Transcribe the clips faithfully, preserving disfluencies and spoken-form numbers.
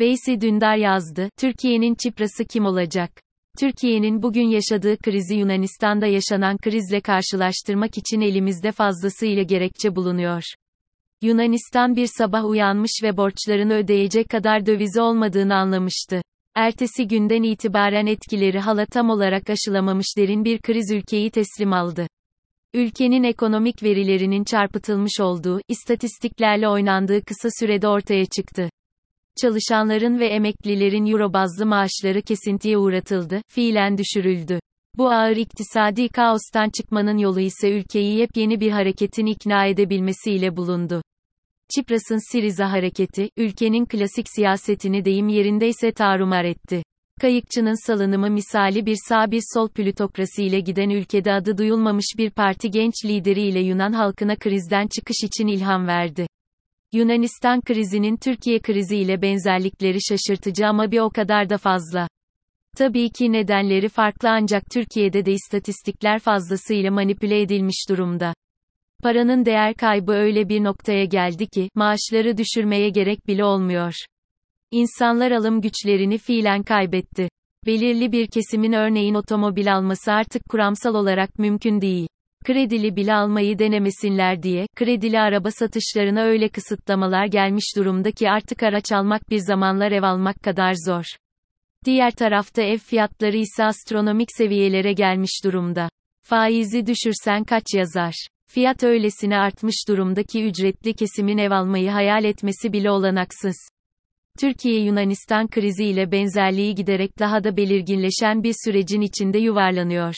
Veysi Dündar yazdı, Türkiye'nin Çiprası kim olacak? Türkiye'nin bugün yaşadığı krizi Yunanistan'da yaşanan krizle karşılaştırmak için elimizde fazlasıyla gerekçe bulunuyor. Yunanistan bir sabah uyanmış ve borçlarını ödeyecek kadar dövizi olmadığını anlamıştı. Ertesi günden itibaren etkileri hala tam olarak aşılamamış derin bir kriz ülkeyi teslim aldı. Ülkenin ekonomik verilerinin çarpıtılmış olduğu, istatistiklerle oynandığı kısa sürede ortaya çıktı. Çalışanların ve emeklilerin euro bazlı maaşları kesintiye uğratıldı, fiilen düşürüldü. Bu ağır iktisadi kaostan çıkmanın yolu ise ülkeyi yepyeni bir hareketin ikna edebilmesiyle bulundu. Çipras'ın Siriza hareketi, ülkenin klasik siyasetini deyim yerindeyse tarumar etti. Kayıkçının salınımı misali bir sağ bir sol plütokrasiyle giden ülkede adı duyulmamış bir parti genç lideriyle Yunan halkına krizden çıkış için ilham verdi. Yunanistan krizinin Türkiye kriziyle benzerlikleri şaşırtıcı ama bir o kadar da fazla. Tabii ki nedenleri farklı ancak Türkiye'de de istatistikler fazlasıyla manipüle edilmiş durumda. Paranın değer kaybı öyle bir noktaya geldi ki, maaşları düşürmeye gerek bile olmuyor. İnsanlar alım güçlerini fiilen kaybetti. Belirli bir kesimin örneğin otomobil alması artık kuramsal olarak mümkün değil. Kredili bile almayı denemesinler diye, kredili araba satışlarına öyle kısıtlamalar gelmiş durumda ki artık araç almak bir zamanlar ev almak kadar zor. Diğer tarafta ev fiyatları ise astronomik seviyelere gelmiş durumda. Faizi düşürsen kaç yazar? Fiyat öylesine artmış durumda ki ücretli kesimin ev almayı hayal etmesi bile olanaksız. Türkiye-Yunanistan krizi ile benzerliği giderek daha da belirginleşen bir sürecin içinde yuvarlanıyor.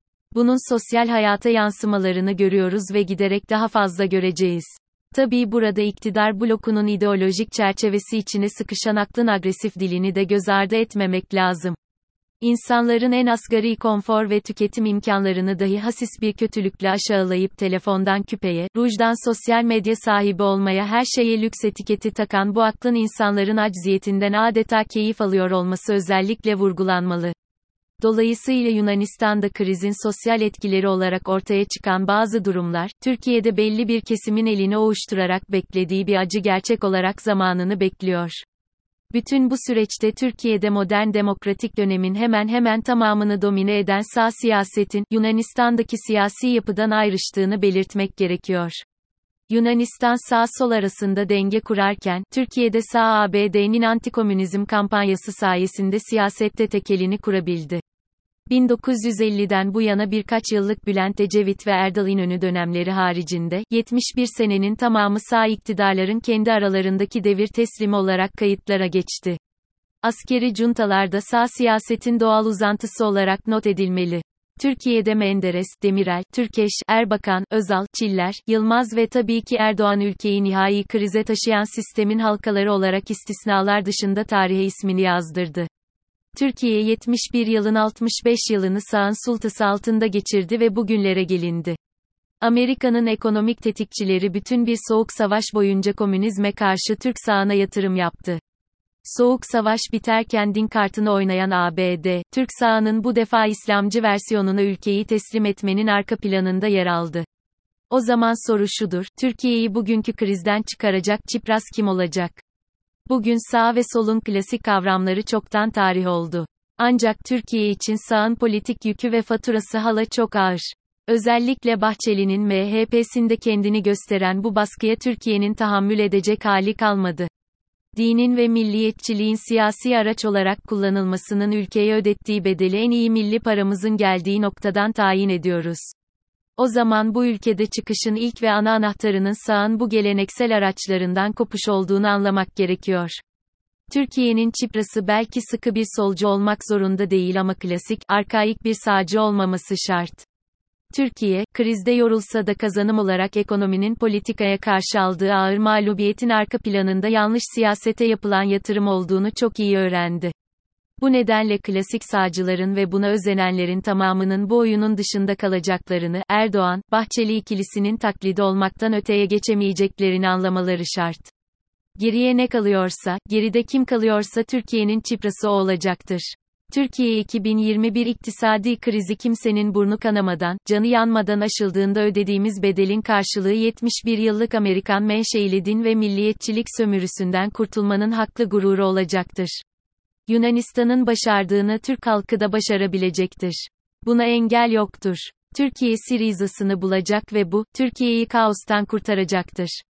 Bunun sosyal hayata yansımalarını görüyoruz ve giderek daha fazla göreceğiz. Tabii burada iktidar blokunun ideolojik çerçevesi içine sıkışan aklın agresif dilini de göz ardı etmemek lazım. İnsanların en asgari konfor ve tüketim imkanlarını dahi hasis bir kötülükle aşağılayıp telefondan küpeye, rujdan sosyal medya sahibi olmaya her şeye lüks etiketi takan bu aklın insanların acziyetinden adeta keyif alıyor olması özellikle vurgulanmalı. Dolayısıyla Yunanistan'da krizin sosyal etkileri olarak ortaya çıkan bazı durumlar, Türkiye'de belli bir kesimin elini ovuşturarak beklediği bir acı gerçek olarak zamanını bekliyor. Bütün bu süreçte Türkiye'de modern demokratik dönemin hemen hemen tamamını domine eden sağ siyasetin, Yunanistan'daki siyasi yapıdan ayrıştığını belirtmek gerekiyor. Yunanistan sağ-sol arasında denge kurarken, Türkiye'de sağ A B D'nin antikomünizm kampanyası sayesinde siyasette tekelini kurabildi. bin dokuz yüz elliden bu yana birkaç yıllık Bülent Ecevit ve Erdal İnönü dönemleri haricinde, yetmiş bir senenin tamamı sağ iktidarların kendi aralarındaki devir teslimi olarak kayıtlara geçti. Askeri cuntalar da sağ siyasetin doğal uzantısı olarak not edilmeli. Türkiye'de Menderes, Demirel, Türkeş, Erbakan, Özal, Çiller, Yılmaz ve tabii ki Erdoğan ülkeyi nihai krize taşıyan sistemin halkaları olarak istisnalar dışında tarihe ismini yazdırdı. Türkiye yetmiş bir yılın altmış beş yılını sağın sultası altında geçirdi ve bugünlere gelindi. Amerika'nın ekonomik tetikçileri bütün bir soğuk savaş boyunca komünizme karşı Türk sağına yatırım yaptı. Soğuk savaş biterken din kartını oynayan A B D, Türk sağının bu defa İslamcı versiyonuna ülkeyi teslim etmenin arka planında yer aldı. O zaman soru şudur, Türkiye'yi bugünkü krizden çıkaracak Çipras kim olacak? Bugün sağ ve solun klasik kavramları çoktan tarih oldu. Ancak Türkiye için sağın politik yükü ve faturası hala çok ağır. Özellikle Bahçeli'nin M H P'sinde kendini gösteren bu baskıya Türkiye'nin tahammül edecek hali kalmadı. Dinin ve milliyetçiliğin siyasi araç olarak kullanılmasının ülkeye ödettiği bedeli en iyi milli paramızın geldiği noktadan tayin ediyoruz. O zaman bu ülkede çıkışın ilk ve ana anahtarının sağın bu geleneksel araçlarından kopuş olduğunu anlamak gerekiyor. Türkiye'nin Çiprası belki sıkı bir solcu olmak zorunda değil ama klasik, arkaik bir sağcı olmaması şart. Türkiye, krizde yorulsa da kazanım olarak ekonominin politikaya karşı aldığı ağır mağlubiyetin arka planında yanlış siyasete yapılan yatırım olduğunu çok iyi öğrendi. Bu nedenle klasik sağcıların ve buna özenenlerin tamamının bu oyunun dışında kalacaklarını, Erdoğan, Bahçeli ikilisinin taklidi olmaktan öteye geçemeyeceklerini anlamaları şart. Geriye ne kalıyorsa, geride kim kalıyorsa Türkiye'nin Çiprası o olacaktır. Türkiye iki bin yirmi bir iktisadi krizi kimsenin burnu kanamadan, canı yanmadan aşıldığında ödediğimiz bedelin karşılığı yetmiş bir yıllık Amerikan menşeili din ve milliyetçilik sömürüsünden kurtulmanın haklı gururu olacaktır. Yunanistan'ın başardığını Türk halkı da başarabilecektir. Buna engel yoktur. Türkiye Sirizasını bulacak ve bu, Türkiye'yi kaostan kurtaracaktır.